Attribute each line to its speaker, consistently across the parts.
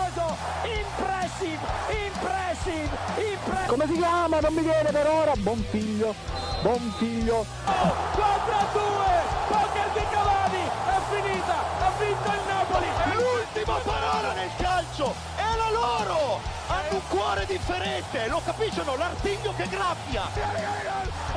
Speaker 1: Come si chiama? Non mi viene per ora. Bonfiglio. 4-2, poker di Cavani, è finita, ha vinto il Napoli.
Speaker 2: L'ultima parola nel calcio è la loro. Hanno un cuore differente, lo capiscono, l'artiglio che graffia.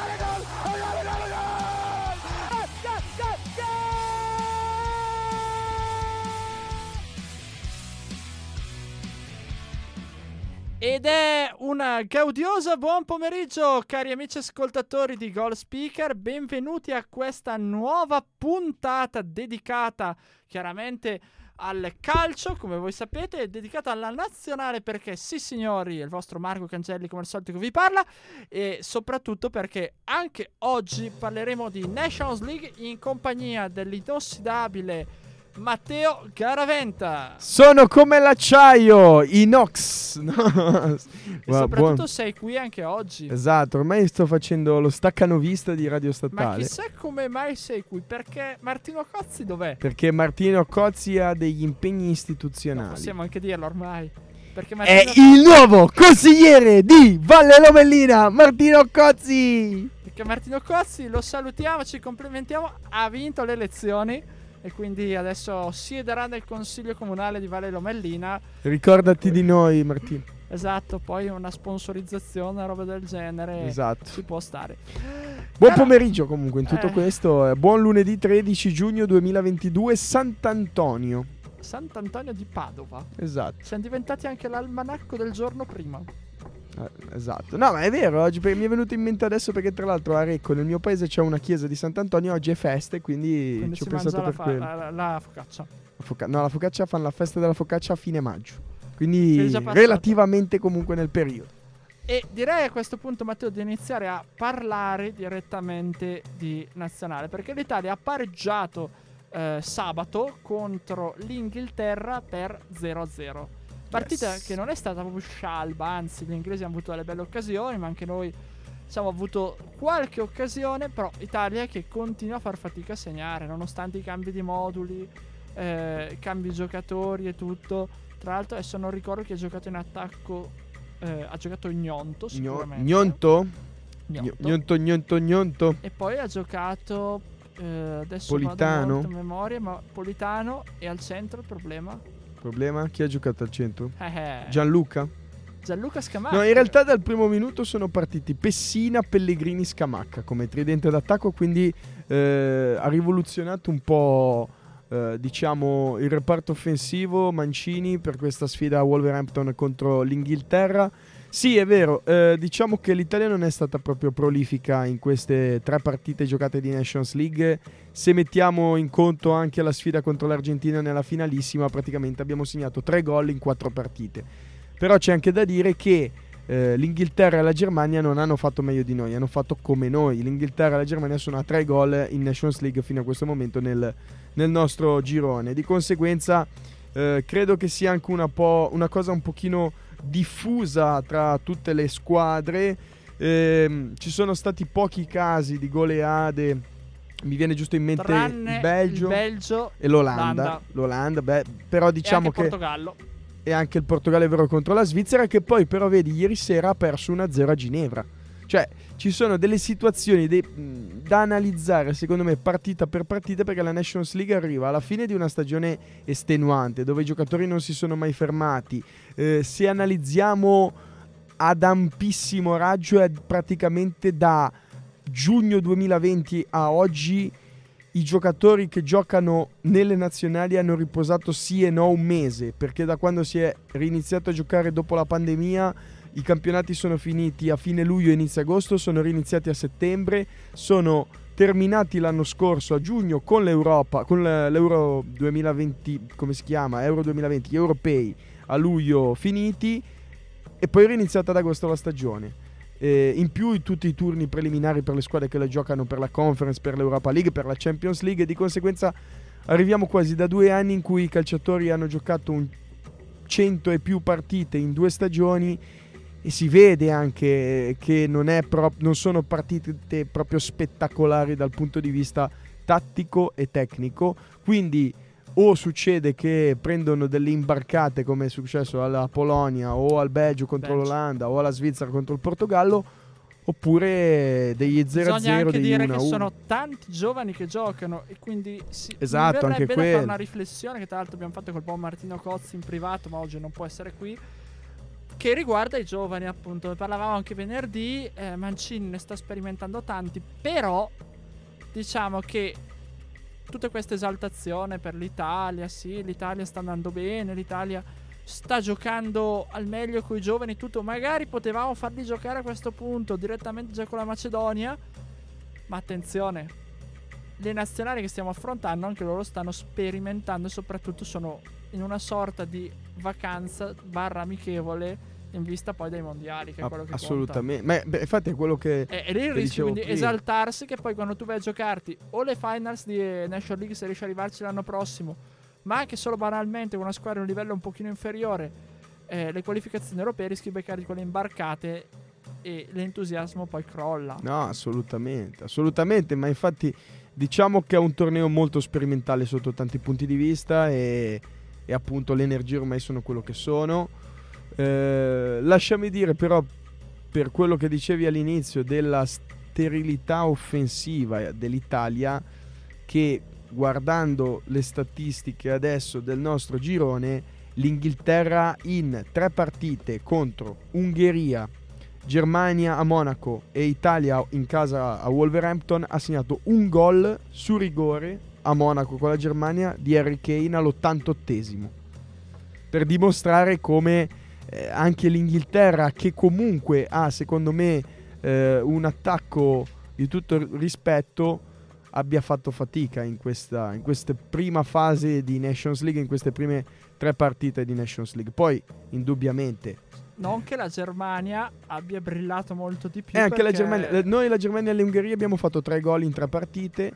Speaker 3: Ed è una gaudiosa buon pomeriggio, cari amici ascoltatori di Goal Speaker. Benvenuti a questa nuova puntata dedicata chiaramente al calcio, come voi sapete, dedicata alla nazionale perché sì signori, è il vostro Marco Cangelli come al solito che vi parla, e soprattutto perché anche oggi parleremo di Nations League in compagnia dell'inossidabile Matteo Garaventa.
Speaker 4: Sono come l'acciaio, inox. No.
Speaker 3: E soprattutto sei qui anche oggi.
Speaker 4: Esatto, ormai sto facendo lo staccanovista di Radio Statale.
Speaker 3: Ma chissà come mai sei qui, perché Martino Cozzi dov'è?
Speaker 4: Perché Martino Cozzi ha degli impegni istituzionali.
Speaker 3: No, possiamo anche dirlo ormai. Perché
Speaker 4: È il nuovo consigliere di Valle Lomellina, Martino Cozzi.
Speaker 3: Perché Martino Cozzi, lo salutiamo, ci complimentiamo, ha vinto le elezioni e quindi adesso siederà nel consiglio comunale di Valle Lomellina.
Speaker 4: Ricordati di noi, Martino.
Speaker 3: Esatto, poi una sponsorizzazione, roba del genere.
Speaker 4: Esatto.
Speaker 3: Ci può stare.
Speaker 4: Buon pomeriggio comunque in tutto questo. Buon lunedì 13 giugno 2022, Sant'Antonio.
Speaker 3: Sant'Antonio di Padova.
Speaker 4: Esatto.
Speaker 3: Siamo diventati anche l'almanacco del giorno prima.
Speaker 4: Esatto. No, ma è vero, oggi mi è venuto in mente adesso perché tra l'altro a Recco nel mio paese c'è una chiesa di Sant'Antonio, oggi è festa, quindi ci ho pensato per quello.
Speaker 3: La focaccia.
Speaker 4: La focaccia, fanno la festa della focaccia a fine maggio, quindi
Speaker 3: già
Speaker 4: relativamente comunque nel periodo.
Speaker 3: E direi a questo punto, Matteo, di iniziare a parlare direttamente di nazionale, perché l'Italia ha pareggiato sabato contro l'Inghilterra per 0-0. Partita che non è stata proprio scialba, anzi gli inglesi hanno avuto delle belle occasioni, ma anche noi abbiamo avuto qualche occasione, però Italia che continua a far fatica a segnare nonostante i cambi di moduli, cambi giocatori e tutto. Tra l'altro adesso non ricordo chi ha giocato in attacco, ha giocato Gnonto sicuramente.
Speaker 4: Gnonto.
Speaker 3: E poi ha giocato adesso
Speaker 4: Politano.
Speaker 3: vado a memoria, ma Politano, e al centro il problema?
Speaker 4: Chi ha giocato al centro? Gianluca
Speaker 3: Scamacca.
Speaker 4: No, in realtà dal primo minuto sono partiti Pessina, Pellegrini, Scamacca come tridente d'attacco, quindi ha rivoluzionato un po' diciamo il reparto offensivo Mancini per questa sfida a Wolverhampton contro l'Inghilterra. Sì, è vero, diciamo che l'Italia non è stata proprio prolifica in queste 3 partite giocate di Nations League. Se mettiamo in conto anche la sfida contro l'Argentina nella finalissima, praticamente abbiamo segnato 3 gol in 4 partite. Però c'è anche da dire che l'Inghilterra e la Germania non hanno fatto meglio di noi, hanno fatto come noi. L'Inghilterra e la Germania sono a 3 gol in Nations League fino a questo momento nel nostro girone. Di conseguenza credo che sia anche una cosa un pochino diffusa tra tutte le squadre. Ci sono stati pochi casi di goleade, mi viene giusto in mente il Belgio e l'Olanda, però diciamo che
Speaker 3: Portogallo.
Speaker 4: E anche il Portogallo è vero contro la Svizzera, che poi però vedi ieri sera ha perso 1-0 a Ginevra. Cioè ci sono delle situazioni da analizzare secondo me partita per partita, perché la Nations League arriva alla fine di una stagione estenuante dove i giocatori non si sono mai fermati. Se analizziamo ad ampissimo raggio è praticamente da giugno 2020 a oggi i giocatori che giocano nelle nazionali hanno riposato sì e no un mese, perché da quando si è riniziato a giocare dopo la pandemia i campionati sono finiti a fine luglio e inizio agosto, sono riniziati a settembre, sono terminati l'anno scorso a giugno con l'Europa, con l'Euro 2020, come si chiama? Euro 2020, gli europei a luglio finiti, e poi è riniziata ad agosto la stagione. In più tutti i turni preliminari per le squadre che la giocano per la Conference, per l'Europa League, per la Champions League, e di conseguenza arriviamo quasi da 2 anni in cui i calciatori hanno giocato 100 e più partite in 2 stagioni, e si vede anche che non sono partite proprio spettacolari dal punto di vista tattico e tecnico. Quindi o succede che prendono delle imbarcate come è successo alla Polonia o al Belgio contro l'Olanda o alla Svizzera contro il Portogallo, oppure degli 0-0,
Speaker 3: bisogna anche
Speaker 4: degli
Speaker 3: dire
Speaker 4: 1-1.
Speaker 3: che sono tanti giovani che giocano e quindi
Speaker 4: Esatto,
Speaker 3: mi
Speaker 4: anche
Speaker 3: verrebbe da fare
Speaker 4: quello.
Speaker 3: una riflessione che tra l'altro abbiamo fatto col buon Martino Cozzi in privato, ma oggi non può essere qui, che riguarda i giovani, appunto. Ne parlavamo anche venerdì. Mancini ne sta sperimentando tanti, però diciamo che tutta questa esaltazione per l'Italia, sì, l'Italia sta andando bene, l'Italia sta giocando al meglio con i giovani, tutto, magari potevamo farli giocare a questo punto direttamente già con la Macedonia, ma attenzione, le nazionali che stiamo affrontando anche loro stanno sperimentando e soprattutto sono in una sorta di vacanza / amichevole in vista poi dei mondiali, che è quello che
Speaker 4: assolutamente conta. Ma infatti è quello che
Speaker 3: è lì il
Speaker 4: che
Speaker 3: rischio,
Speaker 4: dicevo
Speaker 3: quindi
Speaker 4: prima.
Speaker 3: esaltarsi, che poi quando tu vai a giocarti o le finals di National League, se riesci a arrivarci l'anno prossimo, ma anche solo banalmente con una squadra di un livello un pochino inferiore, le qualificazioni europee, rischi di beccare con le imbarcate e l'entusiasmo poi crolla.
Speaker 4: No, assolutamente, ma infatti diciamo che è un torneo molto sperimentale sotto tanti punti di vista e appunto le energie ormai sono quello che sono. Lasciami dire però, per quello che dicevi all'inizio della sterilità offensiva dell'Italia, che guardando le statistiche adesso del nostro girone, l'Inghilterra in 3 partite contro Ungheria, Germania a Monaco e Italia in casa a Wolverhampton ha segnato un gol su rigore a Monaco con la Germania di Harry Kane all'88esimo, per dimostrare come anche l'Inghilterra, che comunque ha secondo me un attacco di tutto rispetto, abbia fatto fatica in questa prima fase di Nations League, in queste prime 3 partite di Nations League. Poi indubbiamente
Speaker 3: non che la Germania abbia brillato molto di più,
Speaker 4: anche
Speaker 3: perché
Speaker 4: la Germania e l'Ungheria abbiamo fatto 3 gol in 3 partite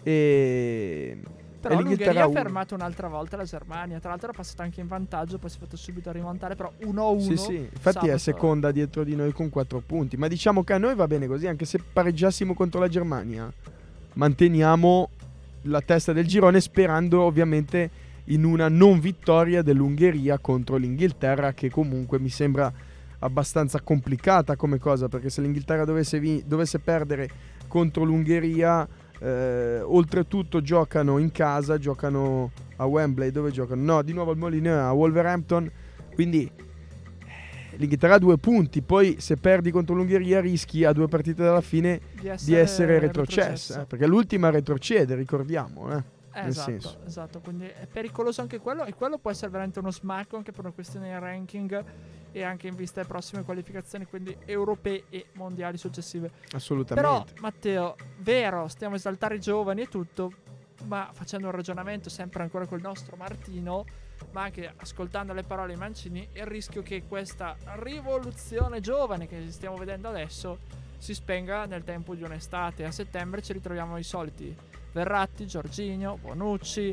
Speaker 4: e
Speaker 3: però
Speaker 4: l'Inghilterra
Speaker 3: l'Ungheria ha
Speaker 4: 1.
Speaker 3: fermato un'altra volta la Germania, tra l'altro era passata anche in vantaggio, poi si è fatto subito rimontare, però 1-1.
Speaker 4: Sì, infatti è seconda dietro di noi con 4 punti, ma diciamo che a noi va bene così, anche se pareggiassimo contro la Germania manteniamo la testa del girone, sperando ovviamente in una non vittoria dell'Ungheria contro l'Inghilterra, che comunque mi sembra abbastanza complicata come cosa, perché se l'Inghilterra dovesse perdere contro l'Ungheria, oltretutto giocano in casa, giocano a Wembley, dove giocano? No, di nuovo al Molineux, a Wolverhampton, quindi l'Inghilterra ha 2 punti, poi se perdi contro l'Ungheria rischi a 2 partite dalla fine di essere retrocessa, perché l'ultima retrocede, ricordiamo, nel senso.
Speaker 3: Esatto, quindi è pericoloso anche quello, e quello può essere veramente uno smacco anche per una questione di ranking e anche in vista delle prossime qualificazioni, quindi europee e mondiali successive.
Speaker 4: Assolutamente.
Speaker 3: Però Matteo, vero, stiamo a esaltare i giovani e tutto, ma facendo un ragionamento sempre ancora col nostro Martino, ma anche ascoltando le parole di Mancini, il rischio che questa rivoluzione giovane che stiamo vedendo adesso si spenga nel tempo di un'estate. A settembre ci ritroviamo i soliti Verratti, Jorginho, Bonucci,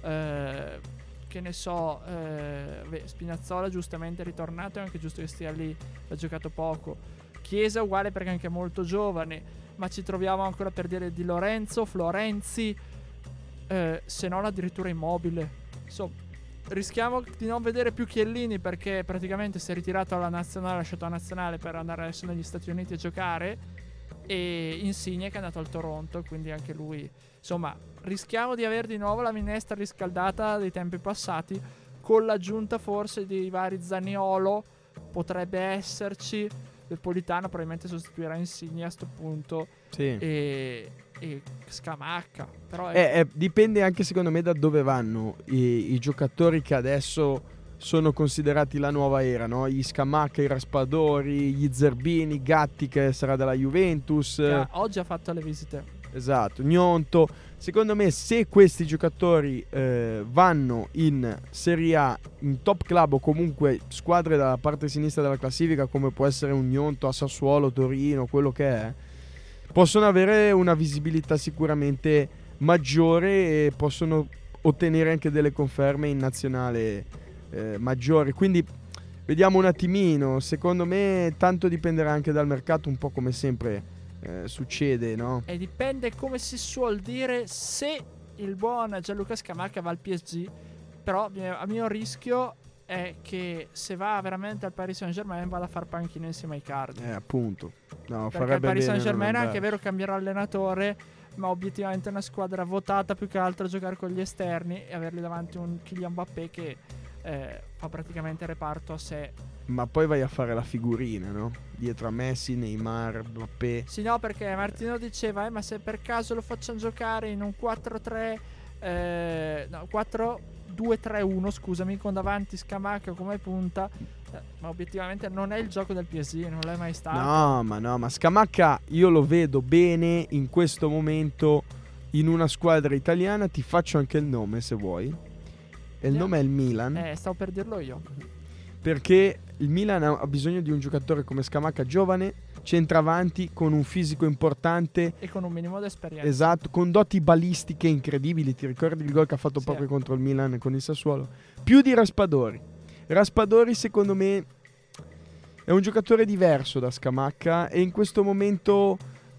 Speaker 3: che ne so, Spinazzola giustamente è ritornato, è anche giusto che stia lì, ha giocato poco. Chiesa uguale perché anche molto giovane, ma ci troviamo ancora per dire Di Lorenzo, Florenzi, se non addirittura Immobile. Insomma, rischiamo di non vedere più Chiellini, perché praticamente si è ritirato alla nazionale, ha lasciato la nazionale per andare adesso negli Stati Uniti a giocare, e Insigne che è andato al Toronto, quindi anche lui. Insomma, rischiamo di avere di nuovo la minestra riscaldata dei tempi passati, con l'aggiunta forse di vari Zaniolo, potrebbe esserci. Il Politano probabilmente sostituirà Insigne a sto punto,
Speaker 4: sì.
Speaker 3: e Scamacca. Però
Speaker 4: dipende anche secondo me da dove vanno i giocatori che adesso sono considerati la nuova era, no? Gli Scamacca, i Raspadori, gli Zerbini, Gatti che sarà della Juventus,
Speaker 3: oggi ha fatto le visite.
Speaker 4: Esatto, Gnonto. Secondo me se questi giocatori vanno in Serie A, in top club o comunque squadre dalla parte sinistra della classifica, come può essere un Gnonto a Sassuolo, Torino, quello che è, possono avere una visibilità sicuramente maggiore e possono ottenere anche delle conferme in nazionale maggiori. Quindi vediamo un attimino. Secondo me tanto dipenderà anche dal mercato, un po' come sempre succede, no?
Speaker 3: E dipende, come si suol dire, se il buon Gianluca Scamacca va al PSG, però a mio rischio è che se va veramente al Paris Saint-Germain vada a far panchina insieme ai Cardi.
Speaker 4: Appunto. No,
Speaker 3: Perché il
Speaker 4: farebbe
Speaker 3: Paris
Speaker 4: bene
Speaker 3: Saint-Germain
Speaker 4: non
Speaker 3: è anche
Speaker 4: andare.
Speaker 3: vero cambierà allenatore, ma obiettivamente è una squadra votata più che altro a giocare con gli esterni e averli davanti un Kylian Mbappé che fa praticamente reparto a sé.
Speaker 4: Ma poi vai a fare la figurina, no? Dietro a Messi, Neymar, Mbappé.
Speaker 3: Sì, no, perché Martino diceva, ma se per caso lo facciamo giocare in un 4-3, no, 4-2-3-1, scusami, con davanti Scamacca come punta, ma obiettivamente non è il gioco del PSG, non l'è mai stato.
Speaker 4: No, ma Scamacca io lo vedo bene in questo momento in una squadra italiana. Ti faccio anche il nome se vuoi. E il nome è il Milan.
Speaker 3: Stavo per dirlo io.
Speaker 4: Perché il Milan ha bisogno di un giocatore come Scamacca, giovane, centravanti, con un fisico importante.
Speaker 3: E con un minimo di esperienza.
Speaker 4: Esatto, con doti balistiche incredibili. Ti ricordi il gol che ha fatto
Speaker 3: Sì.
Speaker 4: proprio contro il Milan con il Sassuolo? Più di Raspadori. Raspadori secondo me è un giocatore diverso da Scamacca e in questo momento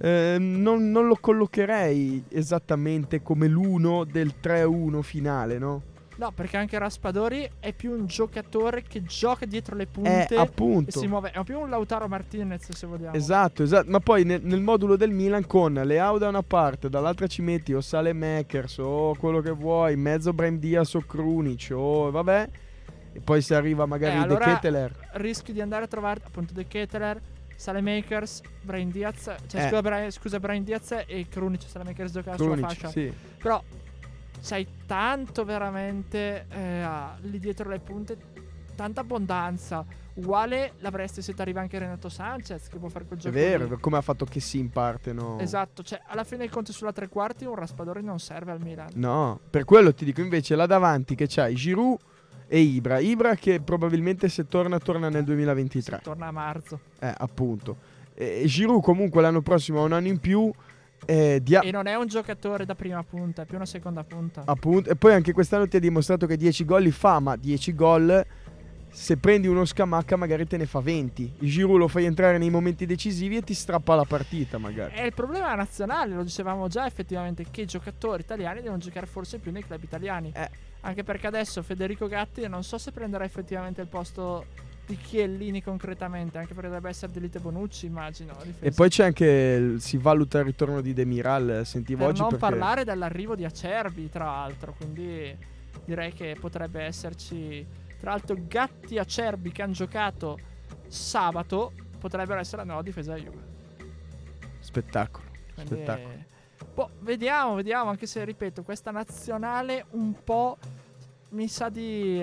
Speaker 4: non lo collocherei esattamente come l'uno del 3-1 finale, no?
Speaker 3: No, perché anche Raspadori è più un giocatore che gioca dietro le punte e
Speaker 4: Appunto.
Speaker 3: si muove. È più un Lautaro Martinez, se vogliamo.
Speaker 4: Esatto. Ma poi nel modulo del Milan con Leao da una parte, dall'altra ci metti o Saelemaekers o quello che vuoi, in mezzo Brahim Diaz o Krunic o vabbè, e poi se arriva magari
Speaker 3: allora
Speaker 4: De Ketelaere.
Speaker 3: rischi di andare a trovare appunto De Ketelaere, Saelemaekers, Brahim Diaz, cioè scusa Brahim Diaz e Krunic. Saelemaekers gioca sulla
Speaker 4: Krunic,
Speaker 3: fascia.
Speaker 4: sì.
Speaker 3: Però c'hai tanto veramente lì dietro le punte, tanta abbondanza. Uguale l'avresti se ti arriva anche Renato Sanchez, che può fare quel
Speaker 4: È
Speaker 3: gioco
Speaker 4: vero,
Speaker 3: lì.
Speaker 4: come ha fatto che si in parte, no?
Speaker 3: Esatto, cioè alla fine dei conti sulla tre quarti un Raspadori non serve al Milan.
Speaker 4: No, per quello ti dico invece là davanti che c'hai Giroud e Ibra che probabilmente se torna nel 2023.
Speaker 3: Torna a marzo.
Speaker 4: Appunto. E Giroud comunque l'anno prossimo ha un anno in più.
Speaker 3: E non è un giocatore da prima punta, è più una seconda punta.
Speaker 4: Appunto. E poi anche quest'anno ti ha dimostrato che 10 gol li fa, ma 10 gol se prendi uno Scamacca magari te ne fa 20. Il Giroud lo fai entrare nei momenti decisivi e ti strappa la partita magari.
Speaker 3: È il problema nazionale, lo dicevamo già effettivamente, che i giocatori italiani devono giocare forse più nei club italiani. Anche perché adesso Federico Gatti non so se prenderà effettivamente il posto di Chiellini concretamente, anche perché dovrebbe essere Delite Bonucci, immagino.
Speaker 4: E poi c'è anche si valuta il ritorno di Demiral, sentivo
Speaker 3: per
Speaker 4: oggi
Speaker 3: non
Speaker 4: perché...
Speaker 3: parlare dell'arrivo di Acerbi, tra l'altro, quindi direi che potrebbe esserci, tra l'altro Gatti e Acerbi che hanno giocato sabato potrebbero essere la nuova difesa della Juve.
Speaker 4: Spettacolo.
Speaker 3: Quindi,
Speaker 4: Spettacolo.
Speaker 3: boh, vediamo, anche se ripeto, questa nazionale un po' mi sa di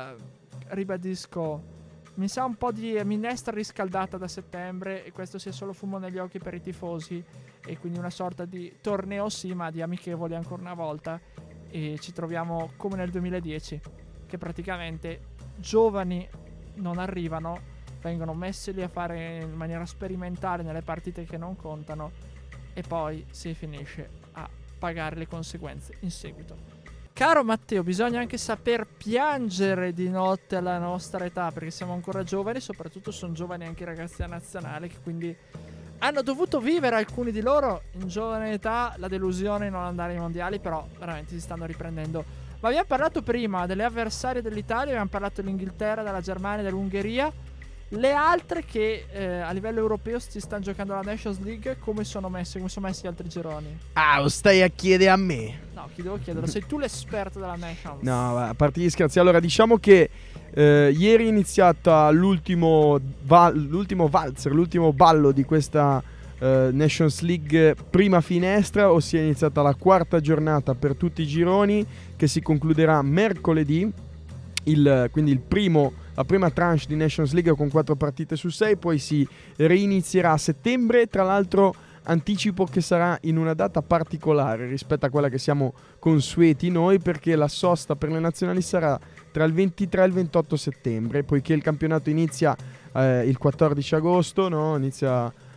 Speaker 3: ribadisco, mi sa un po' di minestra riscaldata da settembre, e questo sia solo fumo negli occhi per i tifosi, e quindi una sorta di torneo sì, ma di amichevoli ancora una volta, e ci troviamo come nel 2010, che praticamente giovani non arrivano, vengono messi lì a fare in maniera sperimentale nelle partite che non contano, e poi si finisce a pagare le conseguenze in seguito. Caro Matteo, bisogna anche saper piangere di notte alla nostra età, perché siamo ancora giovani, soprattutto sono giovani anche i ragazzi della nazionale, che quindi hanno dovuto vivere, alcuni di loro in giovane età, la delusione di non andare ai mondiali, però veramente si stanno riprendendo. Ma abbiamo parlato prima delle avversarie dell'Italia, abbiamo parlato dell'Inghilterra, della Germania, dell'Ungheria. Le altre che a livello europeo si stanno giocando la Nations League, come sono messi gli altri gironi?
Speaker 4: Lo stai a chiedere a me?
Speaker 3: No, chi devo chiederlo? Sei tu l'esperto della Nations.
Speaker 4: No, a parte gli scherzi. Allora, diciamo che ieri è iniziata l'ultimo valzer, l'ultimo ballo di questa Nations League prima finestra, ossia è iniziata la quarta giornata per tutti i gironi, che si concluderà mercoledì. Quindi la prima tranche di Nations League con 4 partite su 6, poi si reinizierà a settembre. Tra l'altro anticipo che sarà in una data particolare rispetto a quella che siamo consueti noi, perché la sosta per le nazionali sarà tra il 23 e il 28 settembre, poiché il campionato inizia il 14 agosto, no? Inizia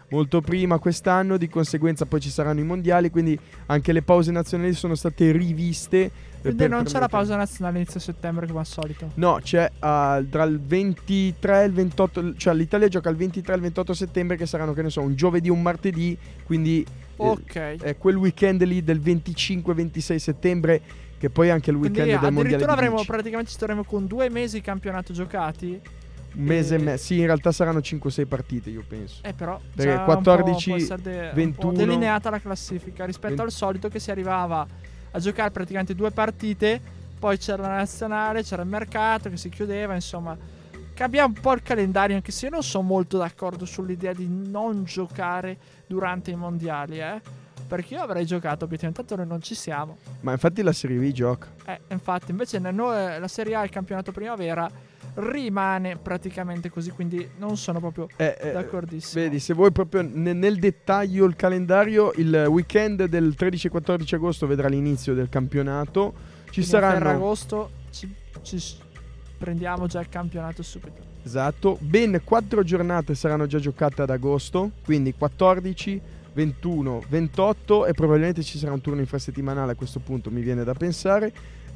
Speaker 4: molto prima quest'anno, di conseguenza poi ci saranno i mondiali, quindi anche le pause nazionali sono state riviste.
Speaker 3: Quindi non c'è la pausa nazionale inizio settembre come al solito?
Speaker 4: No, c'è tra il 23 e il 28, cioè l'Italia gioca il 23 e il 28 settembre, che saranno, che ne so, un giovedì, un martedì, quindi è quel weekend lì del 25-26 settembre, che poi è anche il weekend del mondiale di
Speaker 3: addirittura
Speaker 4: bici.
Speaker 3: praticamente staremo con 2 mesi di campionato giocati.
Speaker 4: Un mese e mezzo, sì, in realtà saranno 5-6 partite, io penso.
Speaker 3: Però
Speaker 4: perché
Speaker 3: già
Speaker 4: 14,
Speaker 3: può essere
Speaker 4: 21,
Speaker 3: un po' delineata la classifica rispetto al solito, che si arrivava a giocare praticamente 2 partite, poi c'era la nazionale, c'era il mercato che si chiudeva, insomma cambia un po' il calendario, anche se io non sono molto d'accordo sull'idea di non giocare durante i mondiali, perché io avrei giocato, obiettivamente tanto noi non ci siamo. Ma
Speaker 4: infatti la Serie B gioca.
Speaker 3: Infatti invece la Serie A, il campionato primavera, rimane praticamente così, quindi non sono proprio d'accordissimo.
Speaker 4: Vedi, se vuoi proprio nel dettaglio il calendario, il weekend del 13 e 14 agosto vedrà l'inizio del campionato. Ci saranno
Speaker 3: a Ferragosto ci prendiamo già il campionato subito.
Speaker 4: Esatto, ben 4 giornate saranno già giocate ad agosto, quindi 14, 21, 28 e probabilmente ci sarà un turno infrasettimanale, a questo punto mi viene da pensare.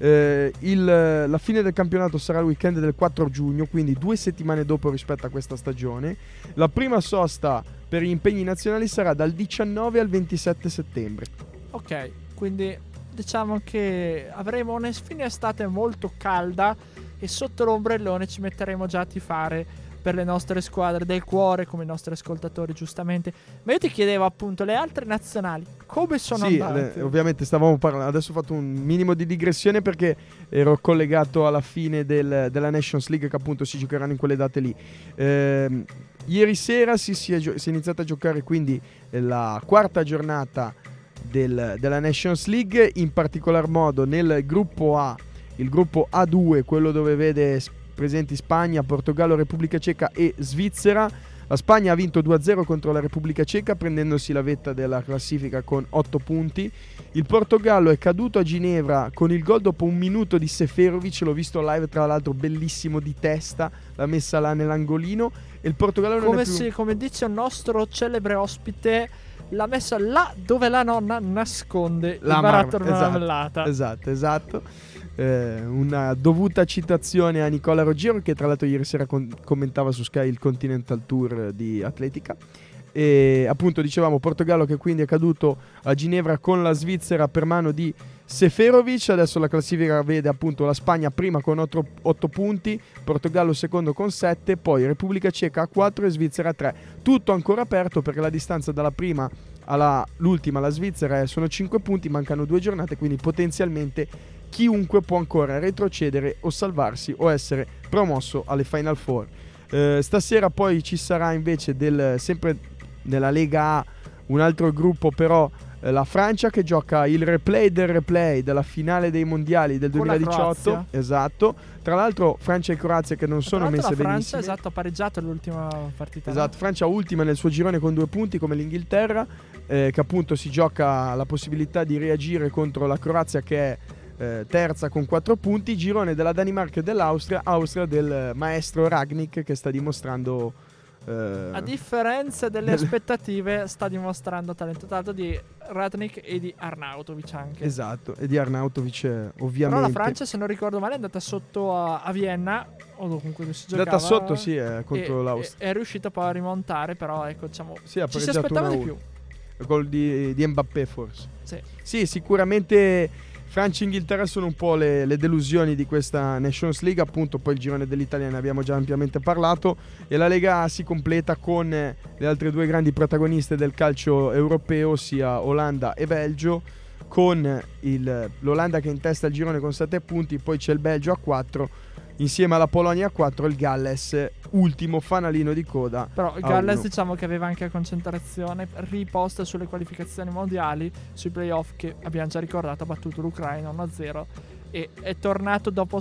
Speaker 4: La fine del campionato sarà il weekend del 4 giugno, quindi 2 settimane dopo rispetto a questa stagione. La prima sosta per gli impegni nazionali sarà dal 19 al 27 settembre.
Speaker 3: Ok, quindi diciamo che avremo una fine estate molto calda e sotto l'ombrellone ci metteremo già a tifare per le nostre squadre del cuore, come i nostri ascoltatori giustamente. Ma io ti chiedevo appunto le altre nazionali come sono andate?
Speaker 4: Ovviamente stavamo parlando, adesso ho fatto un minimo di digressione perché ero collegato alla fine della Nations League, che appunto si giocheranno in quelle date lì. Ieri sera si è iniziata a giocare quindi la quarta giornata della Nations League, in particolar modo nel gruppo A, il gruppo A2, quello dove vede presenti Spagna, Portogallo, Repubblica Ceca e Svizzera. La Spagna ha vinto 2-0 contro la Repubblica Ceca, prendendosi la vetta della classifica con 8 punti. Il Portogallo è caduto a Ginevra con il gol dopo un minuto di Seferovic, l'ho visto live tra l'altro, bellissimo, di testa, l'ha messa là nell'angolino. E il Portogallo non è più...
Speaker 3: come dice un nostro celebre ospite, l'ha messa là dove la nonna nasconde il barattolo nella marmellata.
Speaker 4: Esatto. Una dovuta citazione a Nicola Roggero, che tra l'altro ieri sera commentava su Sky il Continental Tour di atletica. E appunto dicevamo Portogallo che quindi è caduto a Ginevra con la Svizzera per mano di Seferovic. Adesso la classifica vede appunto la Spagna prima con 8 punti, Portogallo secondo con 7, poi Repubblica Ceca a 4 e Svizzera a 3. Tutto ancora aperto perché la distanza dalla prima all'ultima, la Svizzera, sono 5 punti, mancano 2 giornate, quindi potenzialmente chiunque può ancora retrocedere o salvarsi o essere promosso alle Final Four. Stasera poi ci sarà invece sempre nella Lega A un altro gruppo, però la Francia che gioca il replay del replay della finale dei mondiali del 2018. Esatto. Tra l'altro Francia e Croazia che non sono messe benissimo.
Speaker 3: La Francia ha pareggiato l'ultima partita.
Speaker 4: Esatto, Francia ultima nel suo girone con 2 punti come l'Inghilterra, che appunto si gioca la possibilità di reagire contro la Croazia che è terza con 4 punti. Girone della Danimarca e dell'Austria, Austria del maestro Ragnik, che sta dimostrando
Speaker 3: a differenza delle aspettative, sta dimostrando talento tanto di Ragnik e di Arnautovic anche.
Speaker 4: Esatto, e di Arnautovic ovviamente.
Speaker 3: Però la Francia, se non ricordo male, è andata sotto a Vienna, o comunque si giocava.
Speaker 4: È andata sotto, sì, contro l'Austria.
Speaker 3: È riuscita poi a rimontare, però ecco, diciamo,
Speaker 4: sì,
Speaker 3: ci si aspettava di più.
Speaker 4: Gol di Mbappé forse.
Speaker 3: Sì,
Speaker 4: sicuramente Francia e Inghilterra sono un po' le delusioni di questa Nations League, appunto. Poi il girone dell'Italia ne abbiamo già ampiamente parlato, e la Lega A si completa con le altre 2 grandi protagoniste del calcio europeo, sia Olanda e Belgio, con l'Olanda che è in testa al girone con 7 punti, poi c'è il Belgio a 4, insieme alla Polonia a 4, il Galles ultimo fanalino di coda.
Speaker 3: Però il Galles diciamo che aveva anche concentrazione riposta sulle qualificazioni mondiali, sui playoff, che abbiamo già ricordato, ha battuto l'Ucraina 1-0 e è tornato dopo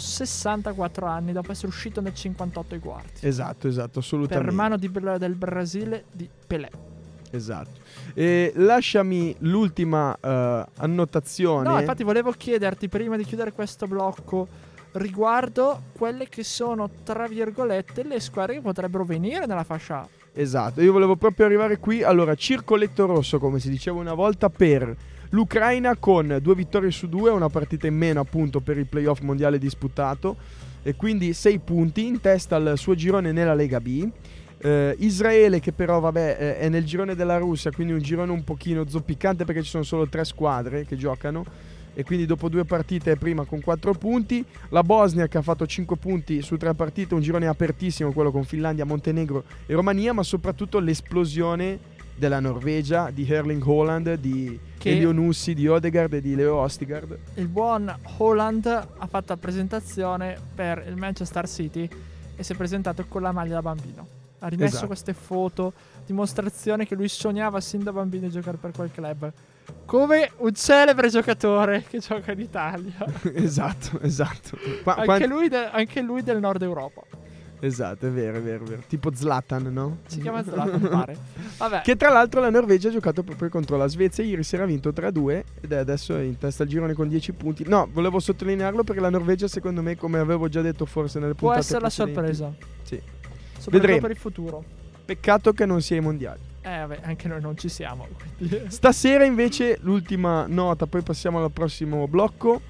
Speaker 3: 64 anni, dopo essere uscito nel 58 ai quarti.
Speaker 4: Esatto, assolutamente.
Speaker 3: Per mano del Brasile di Pelé.
Speaker 4: Esatto. E lasciami l'ultima annotazione.
Speaker 3: No, infatti volevo chiederti, prima di chiudere questo blocco, riguardo quelle che sono, tra virgolette, le squadre che potrebbero venire nella fascia A.
Speaker 4: Esatto, io volevo proprio arrivare qui. Allora, circoletto rosso, come si diceva una volta, per l'Ucraina con 2 vittorie su 2, una partita in meno appunto per il playoff mondiale disputato, e quindi 6 punti in testa al suo girone nella Lega B. Israele, che però vabbè è nel girone della Russia, quindi un girone un pochino zoppicante perché ci sono solo 3 squadre che giocano, e quindi dopo 2 partite è prima con 4 punti. La Bosnia, che ha fatto 5 punti su 3 partite, un girone apertissimo quello con Finlandia, Montenegro e Romania, ma soprattutto l'esplosione della Norvegia, di Erling Haaland, di Elionussi, di Odegaard e di Leo Ostigard.
Speaker 3: Il buon Haaland ha fatto la presentazione per il Manchester City e si è presentato con la maglia da bambino. Ha rimesso
Speaker 4: Esatto.
Speaker 3: queste foto, dimostrazione che lui sognava sin da bambino di giocare per quel club, come un celebre giocatore che gioca in Italia.
Speaker 4: Esatto.
Speaker 3: Anche lui del nord Europa.
Speaker 4: Esatto, è vero. Tipo Zlatan, no?
Speaker 3: Si chiama Zlatan, pare. Vabbè.
Speaker 4: Che tra l'altro la Norvegia ha giocato proprio contro la Svezia. Ieri sera ha vinto 3-2 ed è adesso in testa al girone con 10 punti. No, volevo sottolinearlo perché la Norvegia, secondo me, come avevo già detto forse nelle
Speaker 3: Può
Speaker 4: puntate
Speaker 3: essere la
Speaker 4: precedenti,
Speaker 3: sorpresa.
Speaker 4: Sì.
Speaker 3: Soprattutto
Speaker 4: Vedremo.
Speaker 3: per il futuro.
Speaker 4: Peccato che non sia ai mondiali.
Speaker 3: Vabbè, anche noi non ci siamo. Quindi.
Speaker 4: Stasera invece l'ultima nota, poi passiamo al prossimo blocco.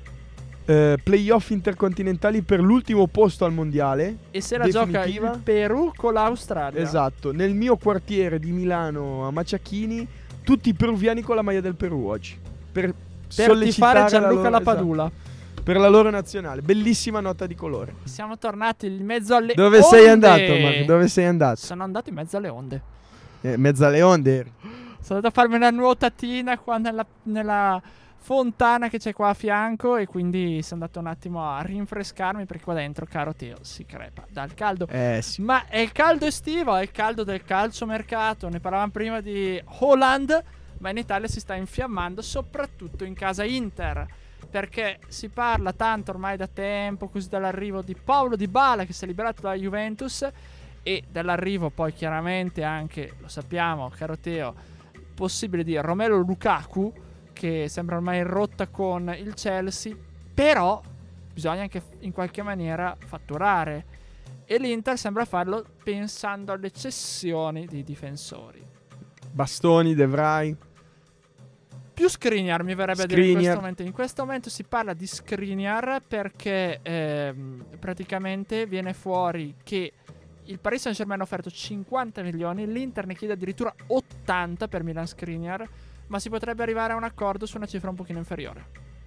Speaker 4: Playoff intercontinentali per l'ultimo posto al mondiale.
Speaker 3: E se la gioca
Speaker 4: definitiva.
Speaker 3: il Perù con l'Australia.
Speaker 4: Esatto, nel mio quartiere di Milano a Maciachini, tutti i peruviani con la maglia del Perù oggi. Per
Speaker 3: tifare
Speaker 4: sollecitare
Speaker 3: Gianluca
Speaker 4: la loro,
Speaker 3: Lapadula.
Speaker 4: esatto, per la loro nazionale. Bellissima nota di colore.
Speaker 3: Siamo tornati in mezzo alle
Speaker 4: Dove
Speaker 3: onde.
Speaker 4: sei andato, Marco? Dove sei andato?
Speaker 3: Sono andato in mezzo alle onde.
Speaker 4: Mezzo alle onde eri.
Speaker 3: Sono andato a farmi una nuotatina qua nella fontana che c'è qua a fianco, e quindi sono andato un attimo a rinfrescarmi perché qua dentro, caro Teo, si crepa dal caldo.
Speaker 4: Sì.
Speaker 3: Ma è il caldo estivo, è il caldo del calciomercato. Ne parlavamo prima di Haaland, ma in Italia si sta infiammando soprattutto in casa Inter, perché si parla tanto ormai da tempo così dall'arrivo di Paulo Dybala, che si è liberato dalla Juventus, e dall'arrivo poi chiaramente anche, lo sappiamo caro Teo, possibile di Romelu Lukaku, che sembra ormai in rotta con il Chelsea. Però bisogna anche in qualche maniera fatturare, e l'Inter sembra farlo pensando alle cessioni dei difensori.
Speaker 4: Bastoni, De Vrij.
Speaker 3: Più Skriniar mi verrebbe a dire in
Speaker 4: Skriniar.
Speaker 3: questo momento. In questo momento si parla di Skriniar perché praticamente viene fuori che il Paris Saint-Germain ha offerto 50 milioni, l'Inter ne chiede addirittura 80 per Milan Skriniar, ma si potrebbe arrivare a un accordo su una cifra un pochino inferiore.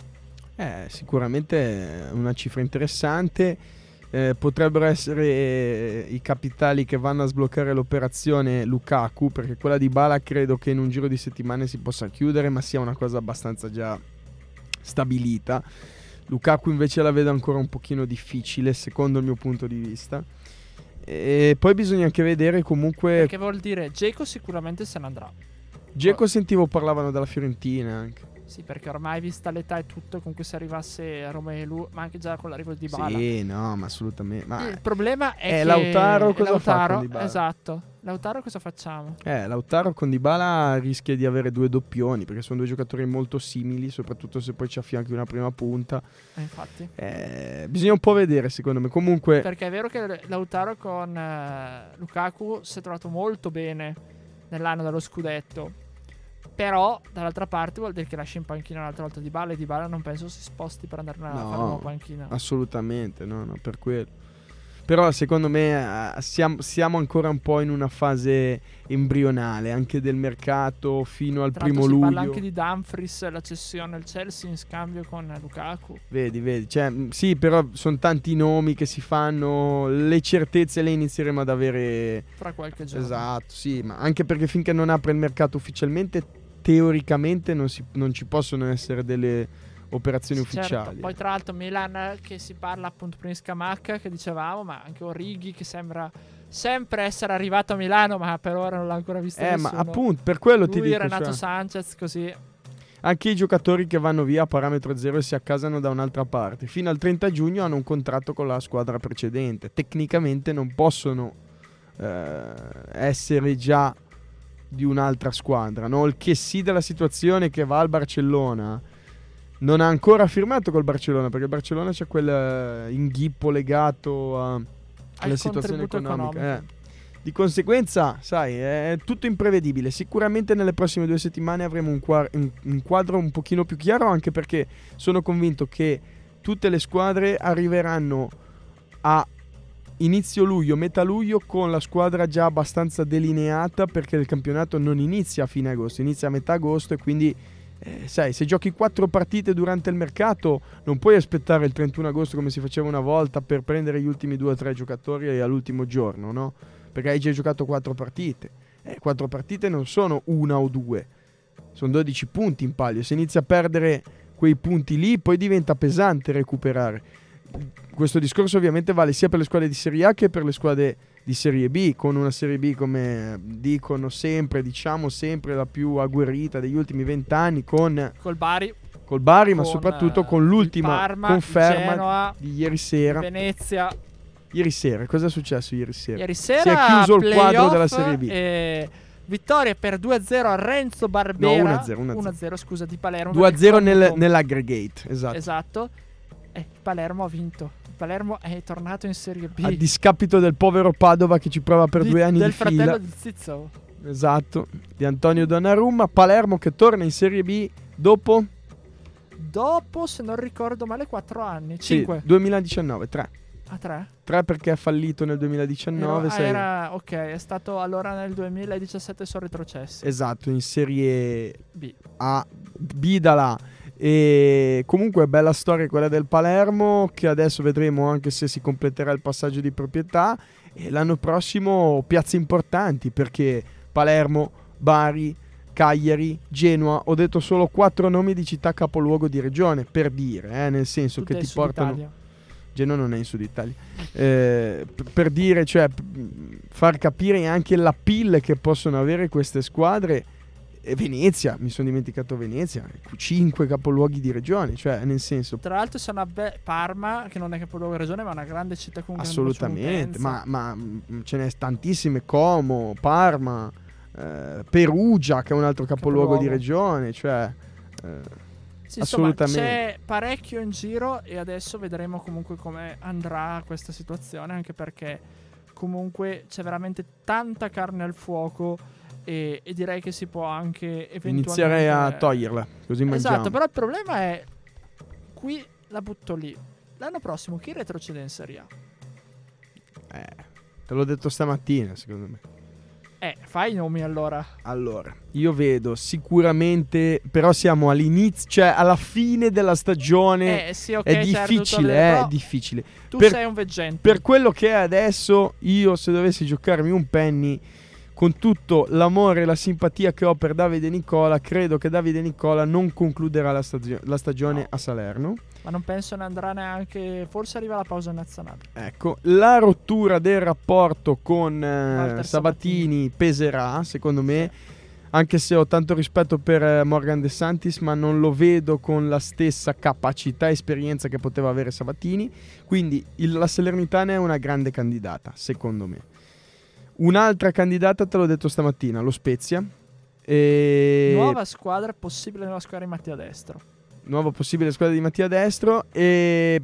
Speaker 4: Sicuramente una cifra interessante. Potrebbero essere i capitali che vanno a sbloccare l'operazione Lukaku, perché quella di Dybala credo che in un giro di settimane si possa chiudere, ma sia una cosa abbastanza già stabilita. Lukaku invece la vedo ancora un pochino difficile secondo il mio punto di vista. E poi bisogna anche vedere comunque,
Speaker 3: Perché vuol dire Dzeko sicuramente se ne andrà.
Speaker 4: Dzeko sentivo parlavano della Fiorentina anche.
Speaker 3: Sì, perché ormai vista l'età e tutto, comunque se arrivasse Romelu, ma anche già con l'arrivo di Dybala.
Speaker 4: Sì, no, ma assolutamente. Ma
Speaker 3: Il problema è che
Speaker 4: Lautaro cosa fa
Speaker 3: Lautaro,
Speaker 4: con Dybala?
Speaker 3: Esatto. Lautaro cosa facciamo?
Speaker 4: Lautaro con Dybala rischia di avere 2 doppioni, perché sono 2 giocatori molto simili, soprattutto se poi ci affianchi una prima punta.
Speaker 3: Infatti.
Speaker 4: Bisogna un po' vedere, secondo me. Comunque,
Speaker 3: Perché è vero che Lautaro con Lukaku si è trovato molto bene nell'anno dello scudetto. Però dall'altra parte vuol dire che lascia in panchina un'altra volta Dybala, e Dybala non penso si sposti per andare a fare una panchina.
Speaker 4: Assolutamente, no, per quello. Però secondo me siamo ancora un po' in una fase embrionale anche del mercato fino al
Speaker 3: Tra
Speaker 4: primo
Speaker 3: l'altro
Speaker 4: luglio.
Speaker 3: si parla anche di Dumfries, la cessione al Chelsea in scambio con Lukaku.
Speaker 4: Vedi, cioè, sì, però sono tanti nomi che si fanno, le certezze le inizieremo ad avere
Speaker 3: Fra qualche giorno.
Speaker 4: Esatto, sì, ma anche perché finché non apre il mercato ufficialmente, teoricamente non ci possono essere delle operazioni ufficiali.
Speaker 3: Certo. Poi tra l'altro Milan, che si parla appunto prima di Scamacca, che dicevamo, ma anche Origi che sembra sempre essere arrivato a Milano, ma per ora non l'ha ancora visto nessuno.
Speaker 4: Ma appunto, per quello ti
Speaker 3: Lui,
Speaker 4: dico,
Speaker 3: Renato
Speaker 4: cioè,
Speaker 3: Sanchez, così.
Speaker 4: anche i giocatori che vanno via a parametro zero e si accasano da un'altra parte, fino al 30 giugno hanno un contratto con la squadra precedente. Tecnicamente non possono essere già di un'altra squadra, no? Il che sì della situazione che va al Barcellona non ha ancora firmato col Barcellona, perché il Barcellona c'è quel inghippo legato alla situazione
Speaker 3: contributo
Speaker 4: economica.
Speaker 3: economico.
Speaker 4: Di conseguenza, sai, è tutto imprevedibile. Sicuramente nelle prossime 2 settimane avremo un quadro un pochino più chiaro, anche perché sono convinto che tutte le squadre arriveranno a inizio luglio, metà luglio, con la squadra già abbastanza delineata, perché il campionato non inizia a fine agosto, inizia a metà agosto, e quindi sai, se giochi 4 partite durante il mercato non puoi aspettare il 31 agosto come si faceva una volta per prendere gli ultimi 2 o 3 giocatori all'ultimo giorno, no? Perché hai già giocato 4 partite. 4 partite non sono 1 o 2, sono 12 punti in palio. Se inizi a perdere quei punti lì, poi diventa pesante recuperare. Questo discorso ovviamente vale sia per le squadre di Serie A che per le squadre di Serie B, con una Serie B, come dicono sempre, diciamo sempre, la più agguerrita degli ultimi 20 anni, col Bari, ma soprattutto con l'ultima
Speaker 3: Parma,
Speaker 4: conferma
Speaker 3: Genoa,
Speaker 4: di ieri sera.
Speaker 3: Venezia.
Speaker 4: Ieri sera, cosa è successo ieri sera?
Speaker 3: Ieri sera
Speaker 4: si è chiuso il quadro della
Speaker 3: playoff,
Speaker 4: Serie B.
Speaker 3: Vittoria per 2-0 a Renzo Barbera.
Speaker 4: No, 1-0.
Speaker 3: Scusa, di Palermo.
Speaker 4: 2-0 nell'aggregate, esatto.
Speaker 3: Palermo ha vinto. Palermo è tornato in Serie B.
Speaker 4: A discapito del povero Padova che ci prova per 2 anni di fila.
Speaker 3: Del fratello di Zizzo.
Speaker 4: Esatto, di Antonio Donnarumma. Palermo che torna in Serie B dopo,
Speaker 3: se non ricordo male, 4 anni.
Speaker 4: Sì,
Speaker 3: 5.
Speaker 4: 2019, 3.
Speaker 3: Ah, 3?
Speaker 4: 3 perché ha fallito nel 2019.
Speaker 3: Ok, è stato allora nel 2017 sono retrocessi.
Speaker 4: Esatto, in Serie
Speaker 3: B.
Speaker 4: A, B da là. E comunque bella storia quella del Palermo, che adesso vedremo anche se si completerà il passaggio di proprietà, e l'anno prossimo piazze importanti, perché Palermo, Bari, Cagliari, Genoa, ho detto solo 4 nomi di città capoluogo di regione, per dire, nel senso
Speaker 3: Tutte
Speaker 4: che ti
Speaker 3: Sud
Speaker 4: portano
Speaker 3: Italia.
Speaker 4: Genoa non è in Sud Italia, per dire, cioè far capire anche l'appeal che possono avere queste squadre. E Venezia, mi sono dimenticato Venezia, 5 capoluoghi di regione, cioè nel senso.
Speaker 3: Tra l'altro sono Parma, che non è capoluogo di regione, ma è una grande città comunque.
Speaker 4: Assolutamente, ma ce n'è tantissime, Como, Parma, Perugia, che è un altro capoluogo di regione, cioè
Speaker 3: sì,
Speaker 4: assolutamente.
Speaker 3: Insomma, c'è parecchio in giro, e adesso vedremo comunque come andrà questa situazione, anche perché comunque c'è veramente tanta carne al fuoco. E direi che si può anche eventualmente
Speaker 4: iniziare a toglierla, così mangiamo.
Speaker 3: Esatto, però il problema è, qui la butto lì, l'anno prossimo chi retrocede in Serie A?
Speaker 4: Te l'ho detto stamattina, secondo me.
Speaker 3: Fai i nomi allora.
Speaker 4: Allora, io vedo sicuramente, però siamo all'inizio, cioè alla fine della stagione.
Speaker 3: Sì, okay,
Speaker 4: è difficile, è difficile.
Speaker 3: Tu sei un veggente.
Speaker 4: Per quello che è adesso, io se dovessi giocarmi un penny, con tutto l'amore e la simpatia che ho per Davide Nicola, credo che Davide Nicola non concluderà la stagione a Salerno.
Speaker 3: Ma non penso ne andrà neanche, forse arriva la pausa nazionale.
Speaker 4: Ecco, la rottura del rapporto con Sabatini peserà, secondo me, anche se ho tanto rispetto per Morgan De Santis, ma non lo vedo con la stessa capacità e esperienza che poteva avere Sabatini. Quindi la Salernitana è una grande candidata, secondo me. Un'altra candidata, te l'ho detto stamattina, lo Spezia.
Speaker 3: Nuova squadra di Mattia Destro.
Speaker 4: Nuova possibile squadra di Mattia Destro, e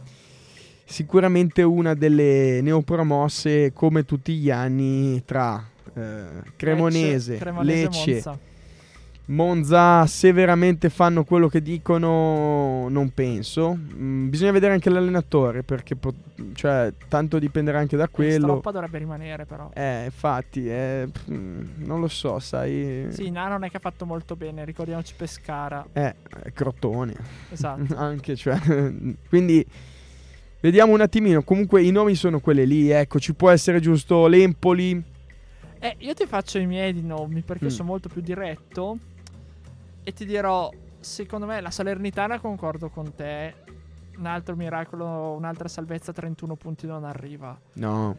Speaker 4: sicuramente una delle neopromosse, come tutti gli anni, tra Cremonese, Lecce, Monza. Se veramente fanno quello che dicono, non penso. Bisogna vedere anche l'allenatore, perché cioè, tanto dipenderà anche da quello.
Speaker 3: Stroppa dovrebbe rimanere, però.
Speaker 4: Infatti, non lo so, sai.
Speaker 3: Sì, non è che ha fatto molto bene, ricordiamoci Pescara.
Speaker 4: Crotone.
Speaker 3: Esatto.
Speaker 4: Anche, cioè, quindi vediamo un attimino. Comunque i nomi sono quelli lì, ecco, ci può essere giusto l'Empoli.
Speaker 3: Io ti faccio i miei di nomi, perché sono molto più diretto. E ti dirò, secondo me la Salernitana, concordo con te, un altro miracolo, un'altra salvezza, 31 punti non arriva.
Speaker 4: No.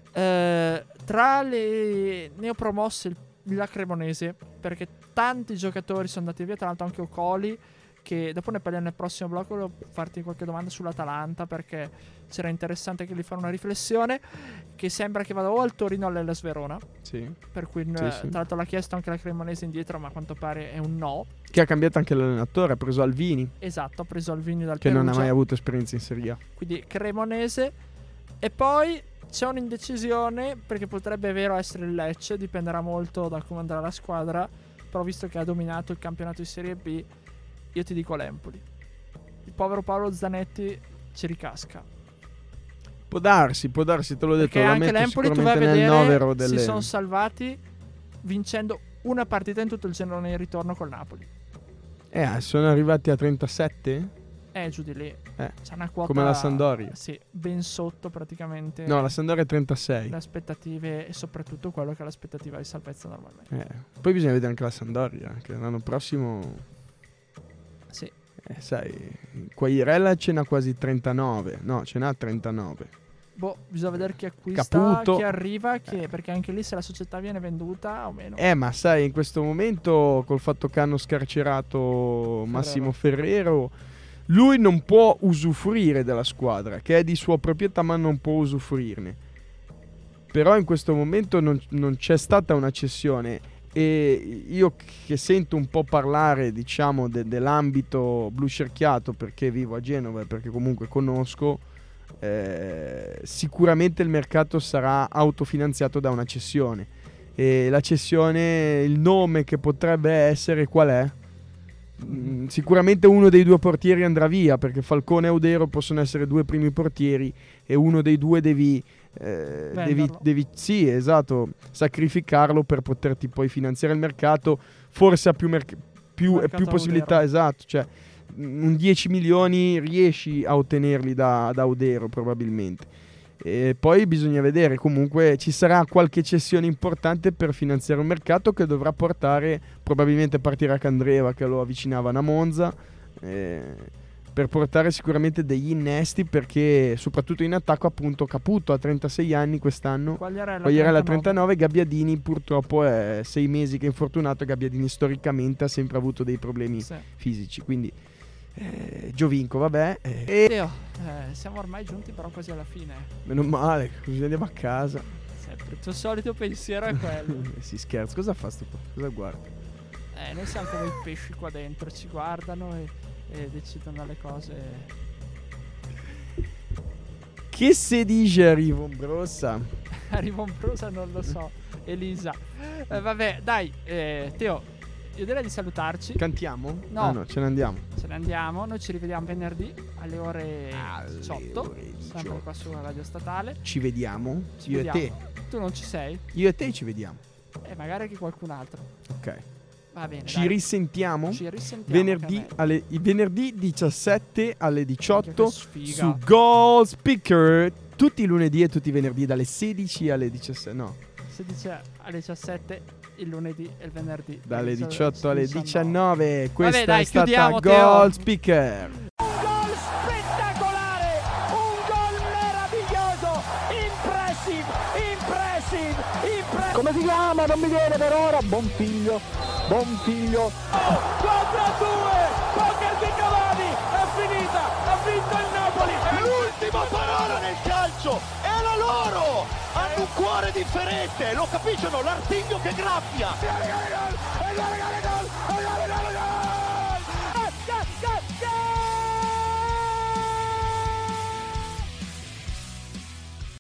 Speaker 3: Tra le neopromosse la Cremonese, perché tanti giocatori sono andati via, tra l'altro anche Ocoli, che dopo ne parliamo nel prossimo blocco. Volevo farti qualche domanda sull'Atalanta, perché c'era interessante che gli fare una riflessione, che sembra che vada o al Torino o all'Hellas Verona.
Speaker 4: Sì.
Speaker 3: Per cui
Speaker 4: sì.
Speaker 3: tra l'altro l'ha chiesto anche la Cremonese indietro, ma a quanto pare è un no.
Speaker 4: Che ha cambiato anche l'allenatore, ha preso Alvini.
Speaker 3: Esatto, ha preso Alvini dal
Speaker 4: che
Speaker 3: Perugia,
Speaker 4: non ha mai avuto esperienza in Serie A.
Speaker 3: quindi Cremonese. E poi c'è un'indecisione, perché potrebbe vero essere il Lecce, dipenderà molto da come andrà la squadra, però visto che ha dominato il campionato di Serie B, io ti dico l'Empoli. Il povero Paolo Zanetti ci ricasca.
Speaker 4: Può darsi, te l'ho detto.
Speaker 3: Perché
Speaker 4: lo
Speaker 3: anche
Speaker 4: metto
Speaker 3: l'Empoli, tu vai a
Speaker 4: sicuramente nel novero
Speaker 3: vedere,
Speaker 4: delle...
Speaker 3: si sono salvati vincendo una partita in tutto il girone di ritorno col Napoli.
Speaker 4: Sono arrivati a 37?
Speaker 3: Giù di lì. C'è una quota,
Speaker 4: come la Sampdoria.
Speaker 3: Sì, ben sotto praticamente.
Speaker 4: No, la Sampdoria è 36.
Speaker 3: Le aspettative, e soprattutto quello che è l'aspettativa di salvezza normalmente.
Speaker 4: Poi bisogna vedere anche la Sampdoria, che l'anno prossimo...
Speaker 3: Sì.
Speaker 4: Sai, Quagliarella ce n'ha quasi 39. No, ce n'ha 39.
Speaker 3: Bisogna vedere chi acquista,
Speaker 4: Caputo.
Speaker 3: chi arriva, perché anche lì se la società viene venduta o meno.
Speaker 4: Ma sai, in questo momento, col fatto che hanno scarcerato Massimo Ferrero, lui non può usufruire della squadra, che è di sua proprietà, ma non può usufruirne. Però in questo momento non c'è stata una cessione, e io che sento un po' parlare, diciamo, dell'ambito blu cerchiato, perché vivo a Genova e perché comunque conosco, sicuramente il mercato sarà autofinanziato da una cessione, e la cessione, il nome che potrebbe essere qual è? Sicuramente uno dei due portieri andrà via, perché Falcone e Audero possono essere due primi portieri e uno dei due devi sì, esatto, sacrificarlo per poterti poi finanziare il mercato. Forse ha più possibilità,
Speaker 3: Audero.
Speaker 4: esatto, cioè un 10 milioni riesci a ottenerli da Audero probabilmente. E poi bisogna vedere, comunque ci sarà qualche cessione importante per finanziare un mercato che dovrà portare, probabilmente partirà Candreva, che lo avvicinavano a Monza, per portare sicuramente degli innesti, perché soprattutto in attacco, appunto, Caputo ha 36 anni quest'anno, Quagliarella 39, Gabbiadini purtroppo è 6 mesi che è infortunato, e Gabbiadini storicamente ha sempre avuto dei problemi fisici, quindi Giovinco, vabbè.
Speaker 3: Siamo ormai giunti però quasi alla fine.
Speaker 4: Meno male, così andiamo a casa.
Speaker 3: Sempre il tuo solito pensiero è quello.
Speaker 4: Si scherza, cosa fa sto qua? Cosa guarda?
Speaker 3: Noi siamo come i pesci qua dentro, ci guardano e decidono le cose.
Speaker 4: Che si dice a Rivombrosa?
Speaker 3: A Rivombrosa non lo so. Elisa. Vabbè, dai, Teo, io direi di salutarci.
Speaker 4: Cantiamo?
Speaker 3: No.
Speaker 4: No, ce ne andiamo.
Speaker 3: Ce ne andiamo. Noi ci rivediamo venerdì alle ore 18. Sempre qua sulla radio statale.
Speaker 4: Ci vediamo. Io e te.
Speaker 3: Tu non ci sei?
Speaker 4: Io e te ci vediamo.
Speaker 3: Magari anche qualcun altro.
Speaker 4: Ok.
Speaker 3: Va bene.
Speaker 4: Ci risentiamo.
Speaker 3: Ci risentiamo
Speaker 4: venerdì 17 alle 18
Speaker 3: su
Speaker 4: Goal Speaker. Tutti i lunedì e tutti i venerdì dalle 16 alle 17. No.
Speaker 3: 16 alle 17 il lunedì e il venerdì.
Speaker 4: Dalle 18 alle 19. Questa
Speaker 3: dai,
Speaker 4: è stata
Speaker 3: chiudiamo,
Speaker 4: Goal Speaker.
Speaker 1: Un gol spettacolare, un gol meraviglioso, impressive. Come si chiama? Non mi viene per ora. Buon figlio. 4-2, poker di Cavani, è finita, ha vinto il Napoli.
Speaker 2: L'ultima parola nel calcio è la loro. Hanno un cuore differente, lo capiscono, l'artiglio che graffia.